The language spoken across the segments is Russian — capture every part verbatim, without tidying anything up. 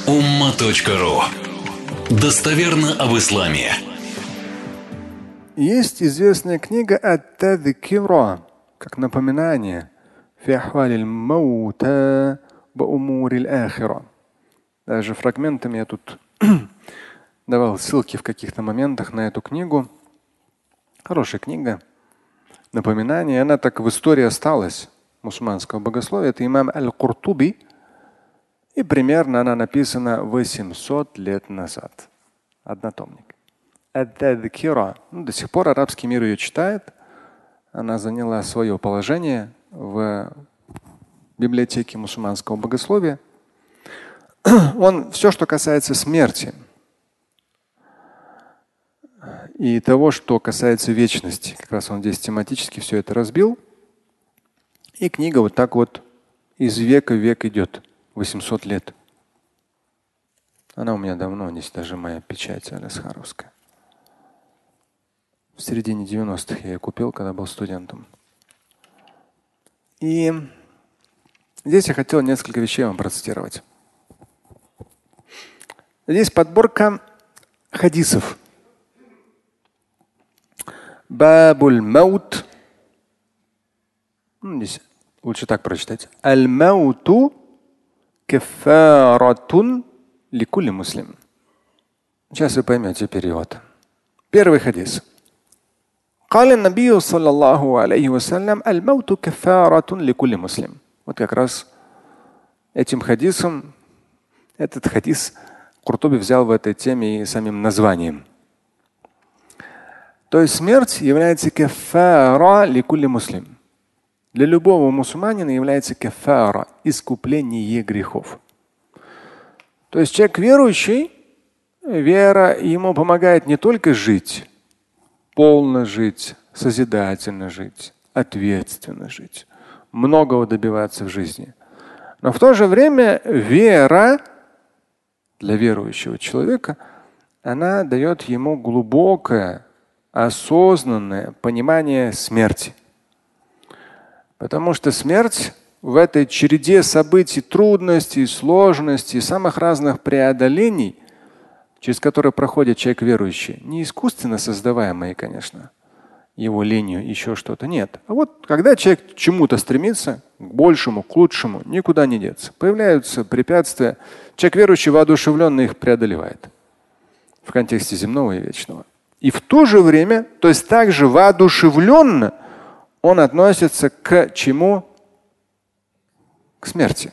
Умма.ру. Достоверно об исламе. Есть известная книга «Ат-Тадхкира», как напоминание, «Фи ахвалиль маута ва умуриль ахира». Даже фрагментами я тут давал ссылки в каких-то моментах на эту книгу. Хорошая книга. Напоминание. Она так в истории осталась мусульманского богословия. Это имам Аль-Куртуби. И примерно она написана восемьсот лет назад. Однотомник. Ат-Тадхкира. Ну, до сих пор арабский мир ее читает. Она заняла свое положение в библиотеке мусульманского богословия. Он все, что касается смерти и того, что касается вечности, как раз он здесь тематически все это разбил. И книга вот так вот из века в век идет. восемьсот лет. Она у меня давно, здесь даже моя печать аль-Азхаровская. В середине девяностых я ее купил, когда был студентом. И здесь я хотел несколько вещей вам процитировать. Здесь подборка хадисов. Бабуль маут. Здесь лучше так прочитать. Аль-мауту кафаратун ликулли муслим. Сейчас вы поймете перевод. Первый хадис. قال النبي صلى الله عليه وسلم الموت كفارة لكل مسلم. Вот как раз этим хадисом, этот хадис Куртуби взял в этой теме и самим названием. То есть смерть является кафара ликулли муслим. Для любого мусульманина является кафара, искупление грехов. То есть человек верующий, вера ему помогает не только жить, полно жить, созидательно жить, ответственно жить, многого добиваться в жизни. Но в то же время вера для верующего человека, она дает ему глубокое, осознанное понимание смерти. Потому что смерть в этой череде событий, трудностей, сложностей, самых разных преодолений, через которые проходит человек верующий, не искусственно создаваемые, конечно, его ленью, еще что-то. Нет. А вот когда человек к чему-то стремится, к большему, к лучшему, никуда не деться. Появляются препятствия. Человек верующий воодушевленно их преодолевает в контексте земного и вечного. И в то же время, то есть также воодушевленно, он относится к чему? К смерти.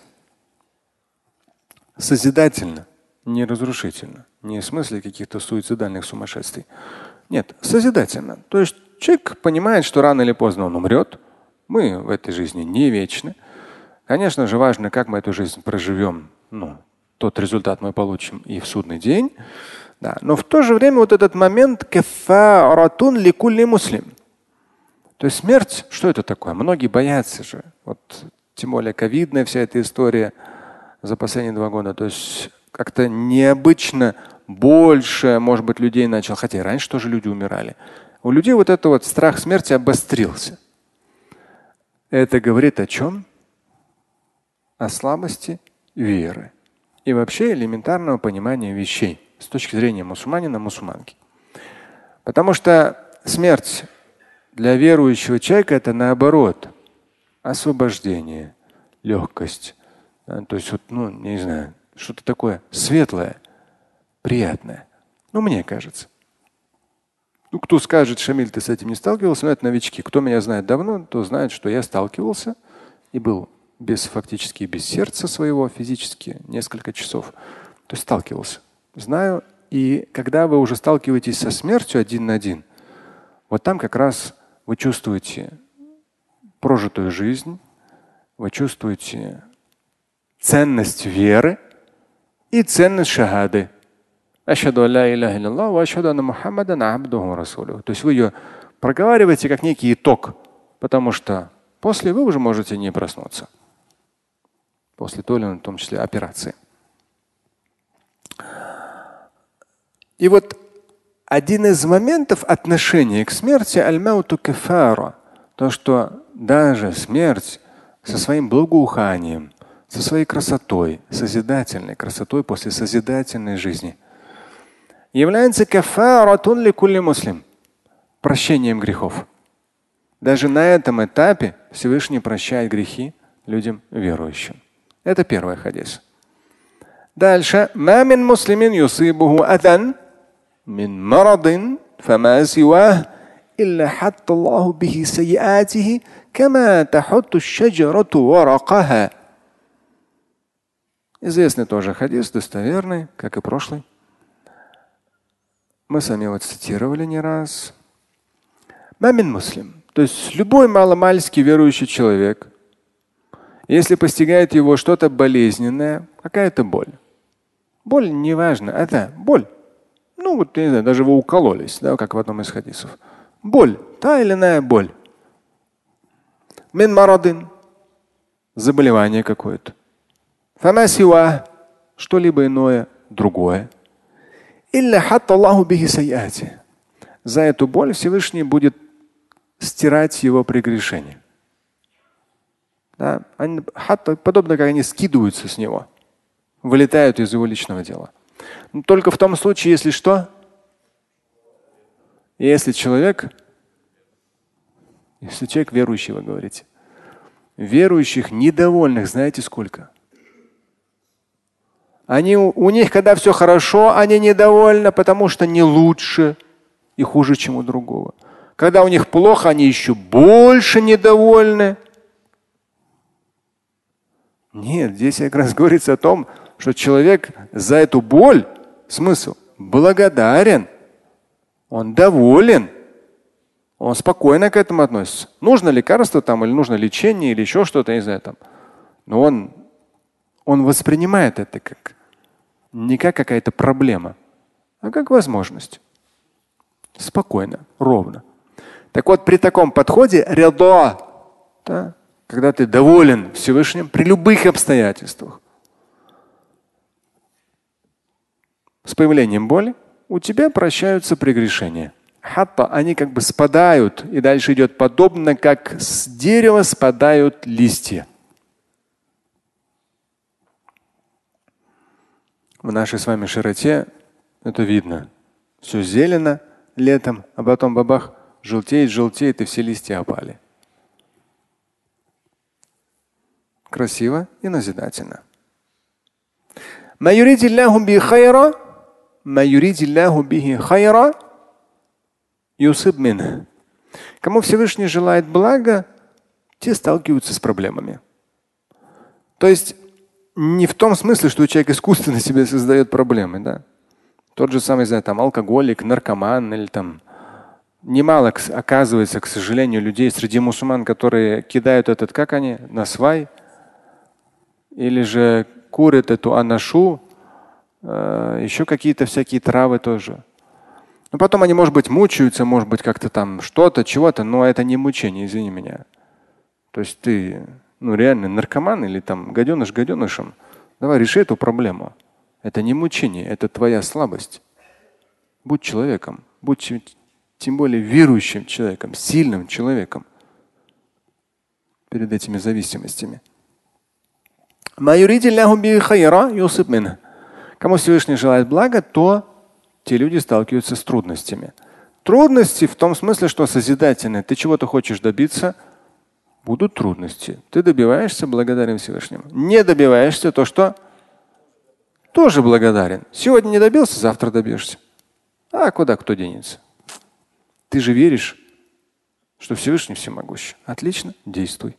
Созидательно, не разрушительно. Не в смысле каких-то суицидальных сумасшествий. Нет, созидательно. То есть человек понимает, что рано или поздно он умрет. Мы в этой жизни не вечны. Конечно же, важно, как мы эту жизнь проживем. Ну, тот результат мы получим и в судный день. Да. Но в то же время вот этот момент кафаратун ликулли муслим. То есть смерть, что это такое? Многие боятся же. Вот, тем более ковидная вся эта история за последние два года. То есть как-то необычно больше, может быть, людей начал. Хотя и раньше тоже люди умирали. У людей вот этот вот страх смерти обострился. Это говорит о чем? О слабости веры. И вообще элементарного понимания вещей с точки зрения мусульманина, мусульманки. Потому что смерть для верующего человека это наоборот освобождение, легкость. То есть, вот, ну, не знаю, что-то такое светлое, приятное. Ну, мне кажется. Ну, кто скажет, Шамиль, ты с этим не сталкивался, но это новички. Кто меня знает давно, то знает, что я сталкивался и был без фактически без сердца своего физически несколько часов. То есть сталкивался. Знаю. И когда вы уже сталкиваетесь со смертью один на один, вот там как раз вы чувствуете прожитую жизнь, вы чувствуете ценность веры и ценность шахады. Ашхаду алла илляха илляллах ва ашхаду анна Мухаммадан абдуху ва расулюху. То есть вы ее проговариваете как некий итог, потому что после вы уже можете не проснуться. После той или иной, в том числе, операции. И вот один из моментов отношения к смерти аль-мауту кафара. То, что даже смерть со своим благоуханием, со своей красотой, созидательной красотой после созидательной жизни, является кафаратун ли кулли муслим, прощением грехов. Даже на этом этапе Всевышний прощает грехи людям верующим. Это первый хадис. Дальше. ما من مسلم يصيبه أذى من مرض فما سواه إلا حط الله به سيئاته كما تحط الشجرة ورقها. Известный тоже хадис, достоверный, как и прошлый. Мы сами его цитировали не раз. Мамин муслим, то есть любой маломальски верующий человек, если постигает его что-то болезненное, какая-то боль. Боль неважно, это боль. Ну вот, я не знаю, даже вы укололись, да, как в одном из хадисов. Боль, та или иная боль. Мин марадин, заболевание какое-то. Фама сива, что-либо иное, другое. Илля хатта Аллаху бихи сайяти. За эту боль Всевышний будет стирать его прегрешения. Да? Они, хатта, подобно как они скидываются с него, вылетают из его личного дела. Но только в том случае, если что? Если человек, если человек верующий, вы говорите, верующих недовольных, знаете сколько? Они, у них, когда все хорошо, они недовольны, потому что не лучше и хуже, чем у другого. Когда у них плохо, они еще больше недовольны. Нет, здесь как раз говорится о том, что человек за эту боль, смысл, благодарен, он доволен, он спокойно к этому относится. Нужно лекарство там, или нужно лечение, или еще что-то, не знаю, там. Но он, он воспринимает это как не как какая-то проблема, а как возможность. Спокойно, ровно. Так вот, при таком подходе рядо, да, когда ты доволен Всевышним при любых обстоятельствах, с появлением боли у тебя прощаются прегрешения. Хатта они как бы спадают, и дальше идет подобно, как с дерева спадают листья. В нашей с вами широте это видно. Все зелено летом, а потом бабах, желтеет, желтеет, и все листья опали. Красиво и назидательно. Ма юридиллаху би хайра, ма юридиллаху бихи хайра, юсиб минх. Кому Всевышний желает блага, те сталкиваются с проблемами. То есть не в том смысле, что человек искусственно себе создает проблемы, да. Тот же самый, знаю, там, алкоголик, наркоман или там немало оказывается, к сожалению, людей среди мусульман, которые кидают этот, как они, на свай, или же курят эту анашу, э, еще какие-то всякие травы тоже. Но потом они, может быть, мучаются, может быть, как-то там что-то, чего-то, но это не мучение, извини меня. То есть ты, ну, реально наркоман или там гаденыш гаденышем, давай реши эту проблему. Это не мучение, это твоя слабость. Будь человеком, будь тем более верующим человеком, сильным человеком перед этими зависимостями. Кому Всевышний желает блага, то те люди сталкиваются с трудностями. Трудности в том смысле, что созидательные. Ты чего-то хочешь добиться, будут трудности. Ты добиваешься, благодарен Всевышнему. Не добиваешься, то что? Тоже благодарен. Сегодня не добился, завтра добьешься. А куда кто денется? Ты же веришь, что Всевышний всемогущий. Отлично, действуй.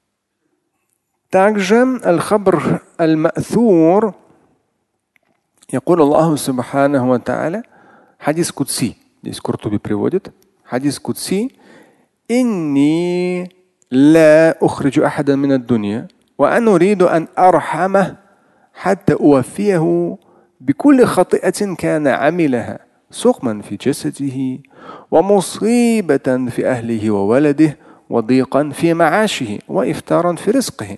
Также аль-хабр аль-ма'тhuр يقول الله سبحانه وتعالى حديث قدسي. Здесь Куртуби приводит. حديث قدسي إني لا أخرج أحدا من الدنيا وأنا أريد أن أرحمه حتى أوفيه بكل خطيئة كان عملها سقما في جسده ومصيبة في أهله وولده وضيقا في معاشه وإفطارا في رزقه.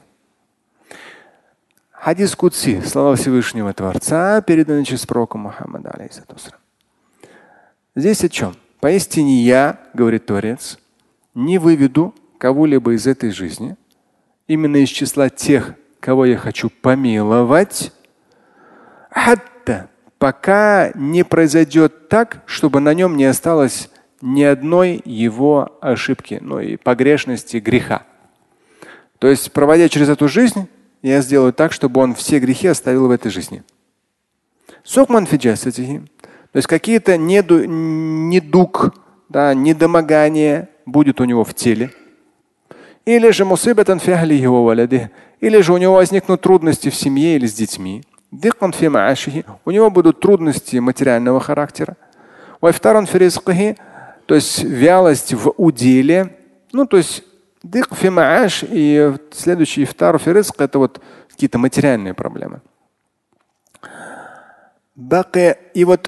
Хадис Кудси, слова Всевышнего Творца, переданы через пророка Мухаммада, алейхиссалату вассалям. Здесь о чем? Поистине я, говорит Творец, не выведу кого-либо из этой жизни, именно из числа тех, кого я хочу помиловать, хатта, пока не произойдет так, чтобы на нем не осталось ни одной его ошибки, ну и погрешности, греха. То есть, проводя через эту жизнь, я сделаю так, чтобы он все грехи оставил в этой жизни. Сукман фиджасатихи. То есть какие-то неду, недуг, да, недомогание будет у него в теле. Или же мусибатан фи ахлихи ва валадихи. Или же у него возникнут трудности в семье или с детьми. Диккан фи маашихи. У него будут трудности материального характера. Вафтаран фи ризкихи. То есть вялость в уделе. Ну, то есть дик фи мааш и следующий ифтар фи ризк — это вот какие-то материальные проблемы. И вот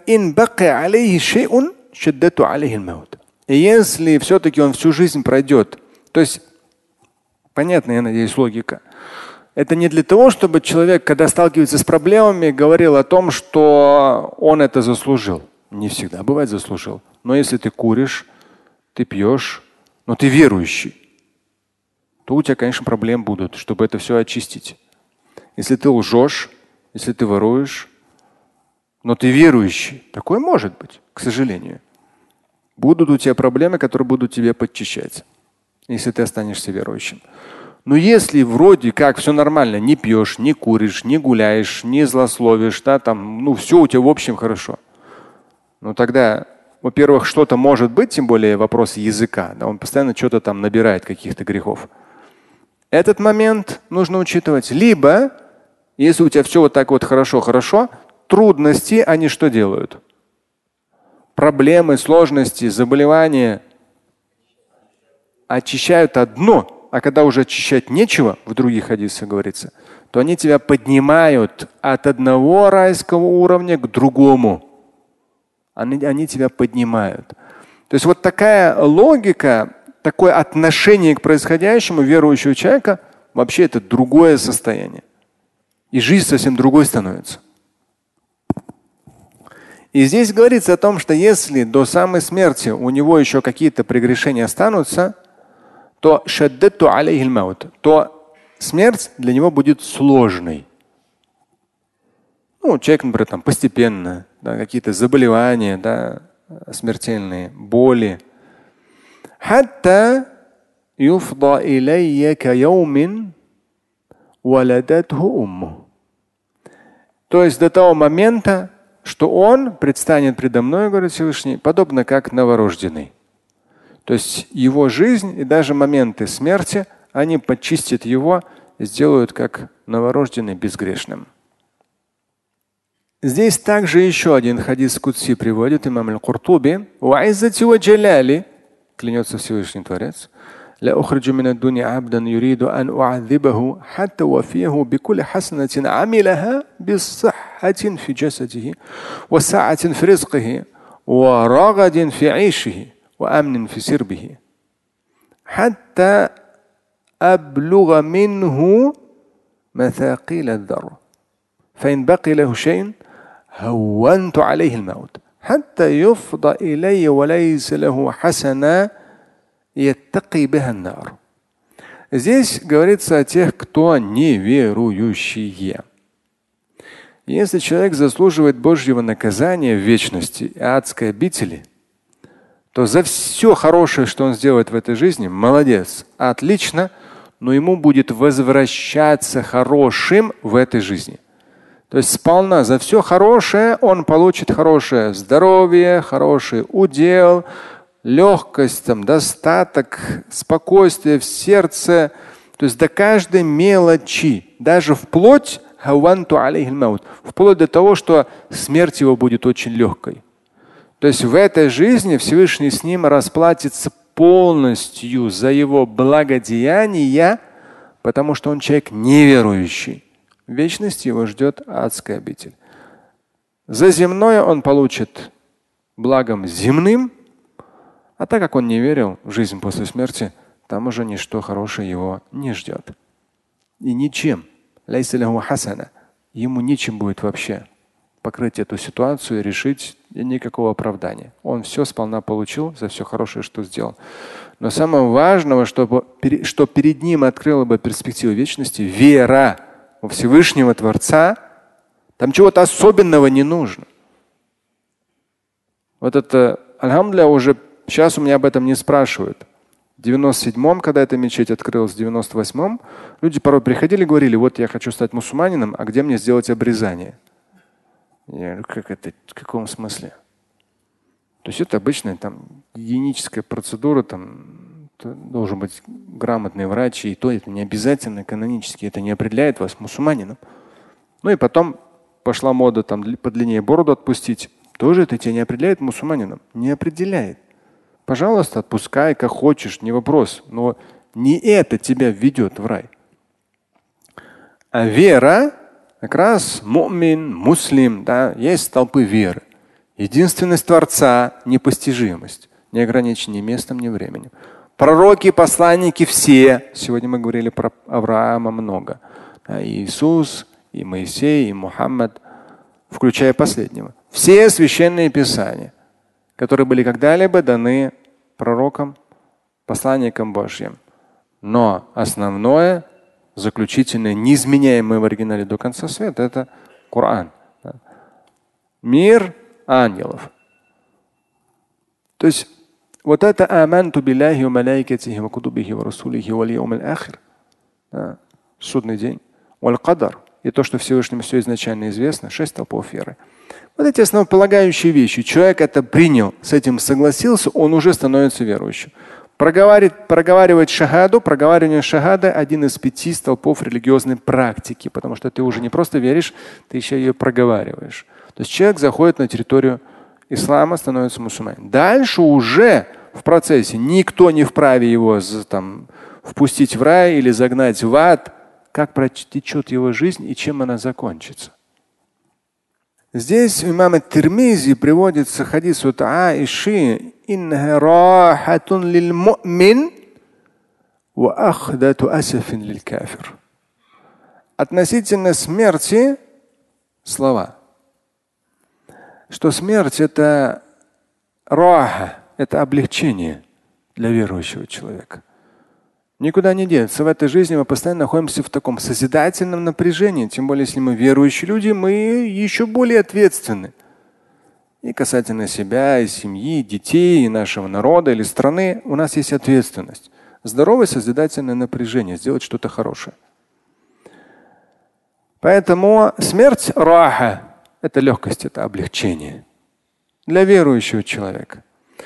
если все-таки он всю жизнь пройдет, то есть, понятно, я надеюсь, логика. Это не для того, чтобы человек, когда сталкивается с проблемами, говорил о том, что он это заслужил. Не всегда бывает заслужил. Но если ты куришь, ты пьешь, но ты верующий, то у тебя, конечно, проблемы будут, чтобы это все очистить. Если ты лжешь, если ты воруешь, но ты верующий, такое может быть, к сожалению. Будут у тебя проблемы, которые будут тебе подчищать, если ты останешься верующим. Но если вроде как все нормально, не пьешь, не куришь, не гуляешь, не злословишь, да, там, ну все у тебя в общем хорошо. Ну тогда, во-первых, что-то может быть, тем более вопрос языка. Да, он постоянно что-то там набирает, каких-то грехов. Этот момент нужно учитывать. Либо, если у тебя все вот так вот хорошо-хорошо, трудности они что делают? Проблемы, сложности, заболевания очищают одно, а когда уже очищать нечего, в других хадисах говорится, то они тебя поднимают от одного райского уровня к другому. Они, они тебя поднимают. То есть вот такая логика, такое отношение к происходящему верующего человека, вообще это другое состояние. И жизнь совсем другой становится. И здесь говорится о том, что если до самой смерти у него еще какие-то прегрешения останутся, то шаддату алейхил маут, то смерть для него будет сложной. Ну, человек, например, там, постепенно, да, какие-то заболевания, да, смертельные, боли. Хатта юфда илайя каяумин валадатху умму. То есть до того момента, что он предстанет предо мной, говорит Всевышний, подобно как новорожденный. То есть его жизнь и даже моменты смерти, они почистят его и сделают как новорожденный безгрешным. Здесь также еще один хадис кудси приводит имам аль-Куртуби. Клянется Всевышний Творец. لا أخرج من الدنيا عبدا يريد أن أعذبه حتى وفيه بكل حسنة عملها بصحة في جسده وسعة في رزقه ورغد في عيشه وأمن في سربه حتى أبلغ منه مثاقيل الذر فإن بقي له شيء هونت عليه الموت حتى يفضى إلي وليس له حسنة Здесь говорится о тех, кто неверующие. Если человек заслуживает Божьего наказания в вечности и адской обители, то за все хорошее, что он сделает в этой жизни, молодец, отлично, но ему будет возвращаться хорошим в этой жизни. То есть сполна за все хорошее он получит хорошее здоровье, хороший удел, легкость, там, достаток, спокойствие в сердце, то есть до каждой мелочи, даже вплоть, вплоть до того, что смерть его будет очень легкой. То есть в этой жизни Всевышний с ним расплатится полностью за его благодеяния, потому что он человек неверующий. В вечности его ждет адская обитель. За земное он получит благом земным, а так как он не верил в жизнь после смерти, там уже ничто хорошее его не ждет. И ничем, ему ничем будет вообще покрыть эту ситуацию и решить никакого оправдания. Он все сполна получил за все хорошее, что сделал. Но самое важное, чтобы, что перед ним открыла бы перспективу вечности, вера во Всевышнего Творца, там чего-то особенного не нужно. Вот это, альхамдулилля, уже сейчас у меня об этом не спрашивают. В девяносто седьмом, когда эта мечеть открылась, в девяносто восьмом, люди порой приходили и говорили: вот я хочу стать мусульманином, а где мне сделать обрезание? Я говорю: как это? В каком смысле? То есть это обычная там гигиеническая процедура, там должен быть грамотный врач, и то это не обязательно канонически, это не определяет вас мусульманином. Ну и потом пошла мода там подлиннее бороду отпустить. Тоже это тебя не определяет мусульманином? Не определяет. Пожалуйста, отпускай, как хочешь, не вопрос. Но не это тебя введет в рай. А вера, как раз мумин, муслим, да, есть столпы веры. Единственность Творца, непостижимость, не ограничение местом, ни временем. Пророки, посланники все. Сегодня мы говорили про Авраама много. Да, и Иисус, и Моисей, и Мухаммад, включая последнего. Все священные писания, которые были когда-либо даны пророкам, посланникам Божьим. Но основное, заключительное, неизменяемое в оригинале до конца света — это Коран. Мир ангелов. То есть вот это аманту билляхи ва малайкатихи ва кутубихи ва расулихи вал яумил ахир. Судный день. Валь кадар. И то, что Всевышнему все изначально известно, шесть столпов веры. Вот эти основополагающие вещи. Человек это принял, с этим согласился, он уже становится верующим. Проговаривать, проговаривать шахаду, проговаривание шахады — один из пяти столпов религиозной практики, потому что ты уже не просто веришь, ты еще ее проговариваешь. То есть человек заходит на территорию ислама, становится мусульманином. Дальше уже в процессе никто не вправе его там, впустить в рай или загнать в ад, как протечет его жизнь и чем она закончится. Здесь у имама Тирмизи приводится хадис от Аиши: «Иннаха рахатун лил му'мин ва ахдату асафин лил кафир». Относительно смерти слова, что смерть — это раха, это облегчение для верующего человека. Никуда не деться. В этой жизни мы постоянно находимся в таком созидательном напряжении. Тем более, если мы верующие люди, мы еще более ответственны. И касательно себя, и семьи, и детей, и нашего народа или страны у нас есть ответственность. Здоровое созидательное напряжение, сделать что-то хорошее. Поэтому смерть раха — это легкость, это облегчение для верующего человека.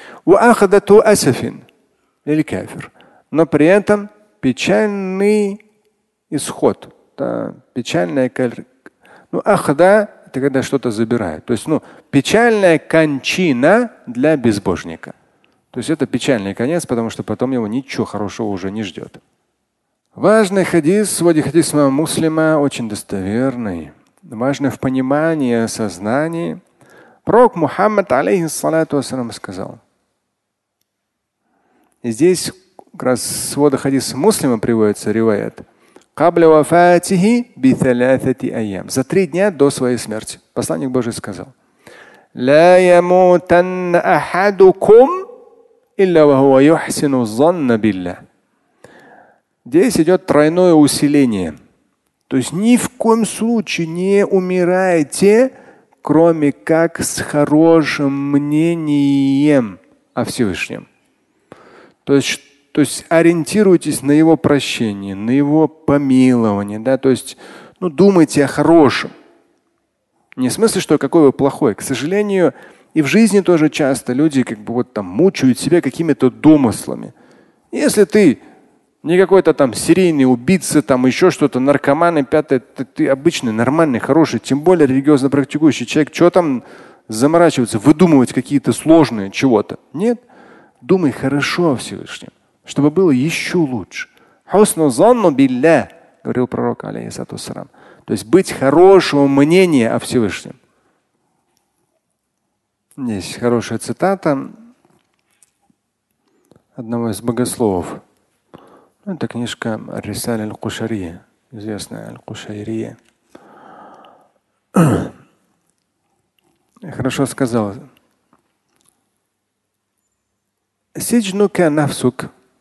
Или кафир. Но при этом печальный исход. Да, печальная, ну, ахда — это когда что-то забирает. То есть, ну, печальная кончина для безбожника. То есть это печальный конец, потому что потом его ничего хорошего уже не ждет. Важный хадис, сводит хадис имама Муслима, очень достоверный. Важный в понимании, осознании. Пророк Мухаммад, алейхиссалату вассалам, сказал. И здесь как раз свода хадиса Муслима приводится риваят. Кабля вафатихи би талятати айям. За три дня до своей смерти. Посланник Божий сказал: ла ямутанна ахадукум илля ва хуа юхсину занна билля. Здесь идет тройное усиление. То есть ни в коем случае не умирайте, кроме как с хорошим мнением о Всевышнем. То есть, то есть ориентируйтесь на его прощение, на его помилование. Да? То есть, ну, думайте о хорошем. Не в смысле, что какой вы плохой. К сожалению, и в жизни тоже часто люди как бы вот там мучают себя какими-то домыслами. Если ты не какой-то там серийный убийца, там еще что-то, наркоман и пятое, ты, ты обычный, нормальный, хороший, тем более религиозно практикующий человек, что там заморачиваться, выдумывать какие-то сложные чего-то? Нет. Думай хорошо о Всевышнем, чтобы было еще лучше. Хусну занну билля, говорил пророк, алейхиссалату вассалам. То есть быть хорошего мнения о Всевышнем. Есть хорошая цитата одного из богословов. Это книжка Рисаль аль-Кушария, известная аль-Кушайрия. Хорошо сказал. Сиджнука нафсук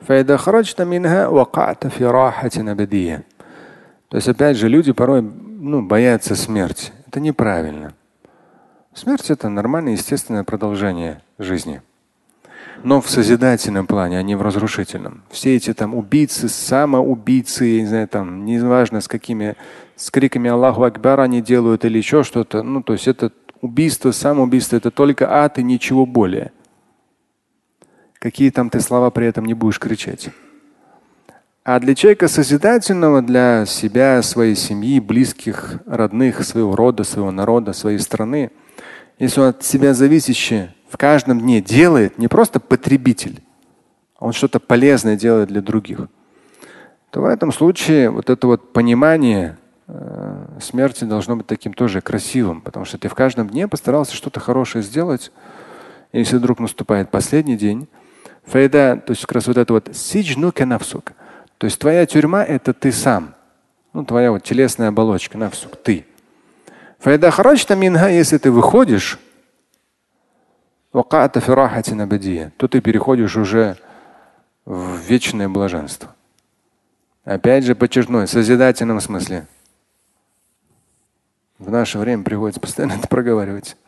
فإذا خرجت منها وقعت في راحة أبدية. То есть опять же люди порой ну, боятся смерти. Это неправильно. Смерть – это нормальное, естественное продолжение жизни. Но в созидательном плане, а не в разрушительном. Все эти там убийцы, самоубийцы, я не знаю, там, неважно с какими, с криками Аллаху Акбар они делают или еще что-то. Ну, то есть это убийство, самоубийство – это только ад и ничего более. Какие там ты слова при этом не будешь кричать. А для человека созидательного, для себя, своей семьи, близких, родных, своего рода, своего народа, своей страны, если он от себя зависящий в каждом дне делает, не просто потребитель, а он что-то полезное делает для других, то в этом случае вот это вот понимание э, смерти должно быть таким тоже красивым, потому что ты в каждом дне постарался что-то хорошее сделать. И если вдруг наступает последний день, файда, то есть как раз вот это вот сиджнука нафсук, то есть твоя тюрьма – это ты сам, ну твоя вот телесная оболочка, нафсук, ты. Файда харачта минха, если ты выходишь, то ты переходишь уже в вечное блаженство. Опять же, подчеркну, в созидательном смысле. В наше время приходится постоянно это проговаривать.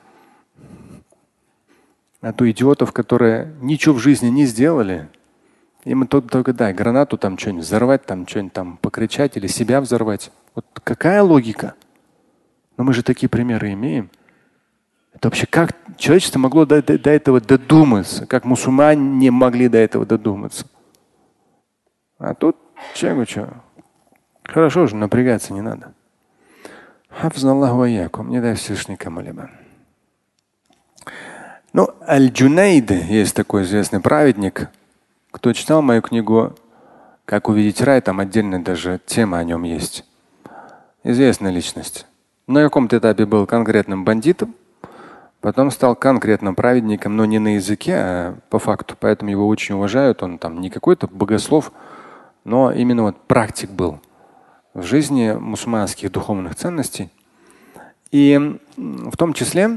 А то идиотов, которые ничего в жизни не сделали, им только, только дай гранату там что-нибудь взорвать, там что-нибудь там покричать или себя взорвать. Вот какая логика? Но мы же такие примеры имеем. Это вообще как человечество могло до, до, до этого додуматься, как мусульмане не могли до этого додуматься. А тут человеку что? Хорошо же, напрягаться не надо. Хафзаллаху ва ийякум, не дай Всевышний камалиба. Ну, Аль-Джунайд, есть такой известный праведник. Кто читал мою книгу «Как увидеть рай», там отдельная даже тема о нем есть. Известная личность. На каком-то этапе был конкретным бандитом, потом стал конкретным праведником, но не на языке, а по факту. Поэтому его очень уважают. Он там не какой-то богослов, но именно вот практик был в жизни мусульманских духовных ценностей. И в том числе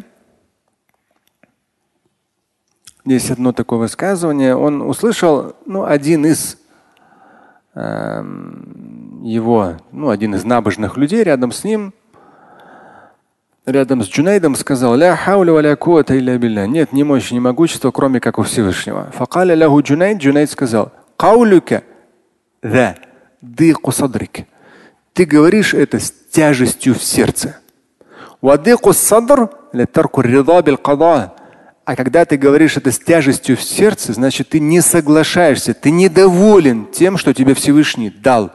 есть одно такое высказывание. Он услышал, ну, один из э, его, ну, один из набожных людей рядом с ним, рядом с Джунайдом сказал: «Ля хауля ва ля куввата илля билля». Нет ни мощи, ни могущества, кроме как у Всевышнего. Факаля лаху Джунайд, Джунайд сказал: «Каулюка да дыку садрик». Ты говоришь это с тяжестью в сердце. Вадыку садр ля тарку рида бил када. А когда ты говоришь это с тяжестью в сердце, значит, ты не соглашаешься, ты недоволен тем, что тебе Всевышний дал.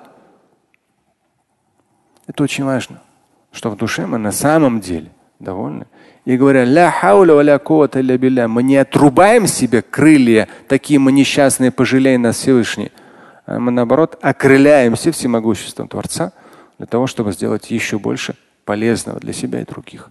Это очень важно, что в душе мы на самом деле довольны. И говоря: «Ля хауля ва ля куввата илля билля», мы не отрубаем себе крылья, такие мы несчастные, пожалей нас Всевышний. А мы, наоборот, окрыляемся всемогуществом Творца для того, чтобы сделать еще больше полезного для себя и других.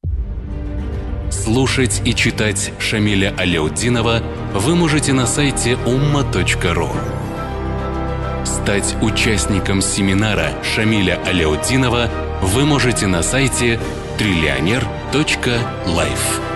Слушать и читать Шамиля Аляутдинова вы можете на сайте умма точка ру. Стать участником семинара Шамиля Аляутдинова вы можете на сайте триллионер точка лайф.